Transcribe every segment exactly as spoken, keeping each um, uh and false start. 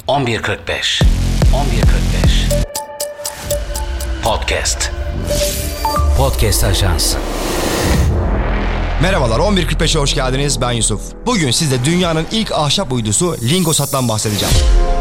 on bir kırk beş on bir kırk beş Podcast Podcast Ajansı. Merhabalar, on bir kırk beşe hoş geldiniz. Ben Yusuf. Bugün size dünyanın ilk ahşap uydusu Lingosat'tan bahsedeceğim.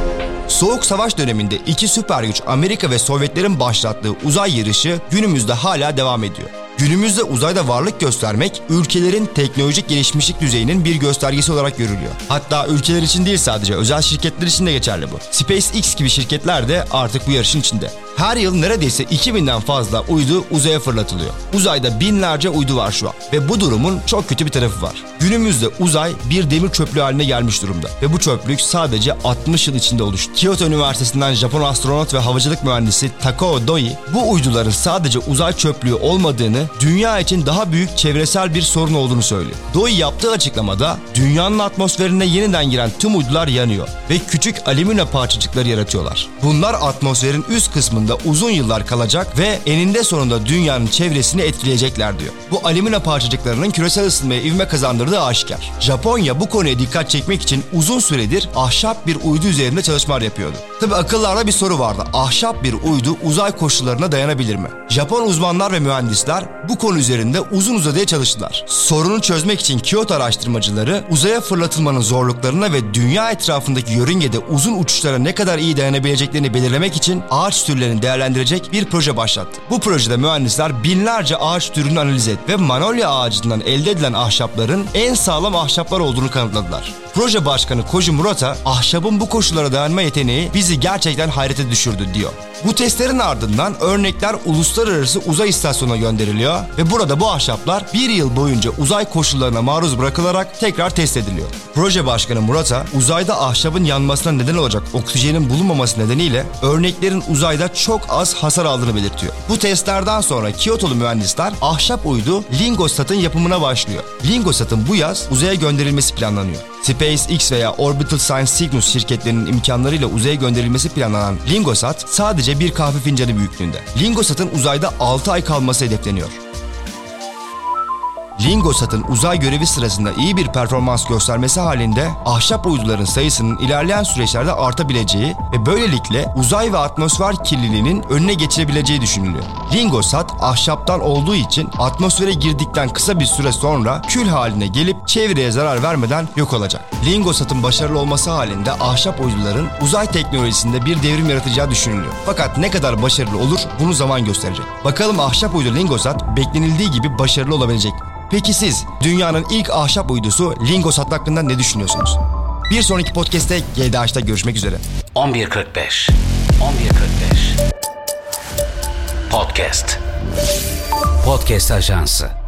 Soğuk Savaş döneminde iki süper güç Amerika ve Sovyetlerin başlattığı uzay yarışı günümüzde hala devam ediyor. Günümüzde uzayda varlık göstermek ülkelerin teknolojik gelişmişlik düzeyinin bir göstergesi olarak görülüyor. Hatta ülkeler için değil, sadece özel şirketler için de geçerli bu. SpaceX gibi şirketler de artık bu yarışın içinde. Her yıl neredeyse iki binden fazla uydu uzaya fırlatılıyor. Uzayda binlerce uydu var şu an ve bu durumun çok kötü bir tarafı var. Günümüzde uzay bir demir çöplüğü haline gelmiş durumda ve bu çöplük sadece altmış yıl içinde oluştu. Kyoto Üniversitesi'nden Japon astronot ve havacılık mühendisi Takao Doi, bu uyduların sadece uzay çöplüğü olmadığını, dünya için daha büyük çevresel bir sorun olduğunu söylüyor. Doi yaptığı açıklamada, dünyanın atmosferine yeniden giren tüm uydular yanıyor ve küçük alüminyum parçacıkları yaratıyorlar. Bunlar atmosferin üst kısmında uzun yıllar kalacak ve eninde sonunda dünyanın çevresini etkileyecekler diyor. Bu alüminyum parçacıklarının küresel ısınmaya ivme kazandırdığı aşikar. Japonya bu konuya dikkat çekmek için uzun süredir ahşap bir uydu üzerinde çalışmalar yapıyordu. Tabi akıllarda bir soru vardı. Ahşap bir uydu uzay koşullarına dayanabilir mi? Japon uzmanlar ve mühendisler bu konu üzerinde uzun uzadıya çalıştılar. Sorunu çözmek için Kyoto araştırmacıları uzaya fırlatılmanın zorluklarına ve dünya etrafındaki yörüngede uzun uçuşlara ne kadar iyi dayanabileceklerini belirlemek için ağaç türlerini değerlendirecek bir proje başlattı. Bu projede mühendisler binlerce ağaç türünü analiz etti ve Manolya ağacından elde edilen ahşapların en sağlam ahşaplar olduğunu kanıtladılar. Proje başkanı Koji Murata, ahşabın bu koşullara dayanma yeteneği bizi gerçekten hayrete düşürdü diyor. Bu testlerin ardından örnekler uluslararası uzay istasyonuna gönderiliyor ve burada bu ahşaplar bir yıl boyunca uzay koşullarına maruz bırakılarak tekrar test ediliyor. Proje başkanı Murata, uzayda ahşabın yanmasına neden olacak oksijenin bulunmaması nedeniyle örneklerin uzayda çok az hasar aldığını belirtiyor. Bu testlerden sonra Kyotolu mühendisler ahşap uydu Lingosat'ın yapımına başlıyor. Lingosat'ın bu yaz uzaya gönderilmesi planlanıyor. SpaceX veya Orbital Science Cygnus şirketlerinin imkanlarıyla uzaya gönderilmesi planlanan Lingosat sadece bir kahve fincanı büyüklüğünde. Lingosat'ın uzayda altı ay kalması hedefleniyor. Lingosat'ın uzay görevi sırasında iyi bir performans göstermesi halinde ahşap uyduların sayısının ilerleyen süreçlerde artabileceği ve böylelikle uzay ve atmosfer kirliliğinin önüne geçilebileceği düşünülüyor. Lingosat ahşaptan olduğu için atmosfere girdikten kısa bir süre sonra kül haline gelip çevreye zarar vermeden yok olacak. Lingosat'ın başarılı olması halinde ahşap uyduların uzay teknolojisinde bir devrim yaratacağı düşünülüyor. Fakat ne kadar başarılı olur bunu zaman gösterecek. Bakalım ahşap uydu Lingosat beklenildiği gibi başarılı olabilecek mi? Peki siz dünyanın ilk ahşap uydusu Lingosat hakkında ne düşünüyorsunuz? Bir sonraki podcast'te G D H'ta görüşmek üzere. on bir kırk beş on bir kırk beş Podcast Podcast Ajansı.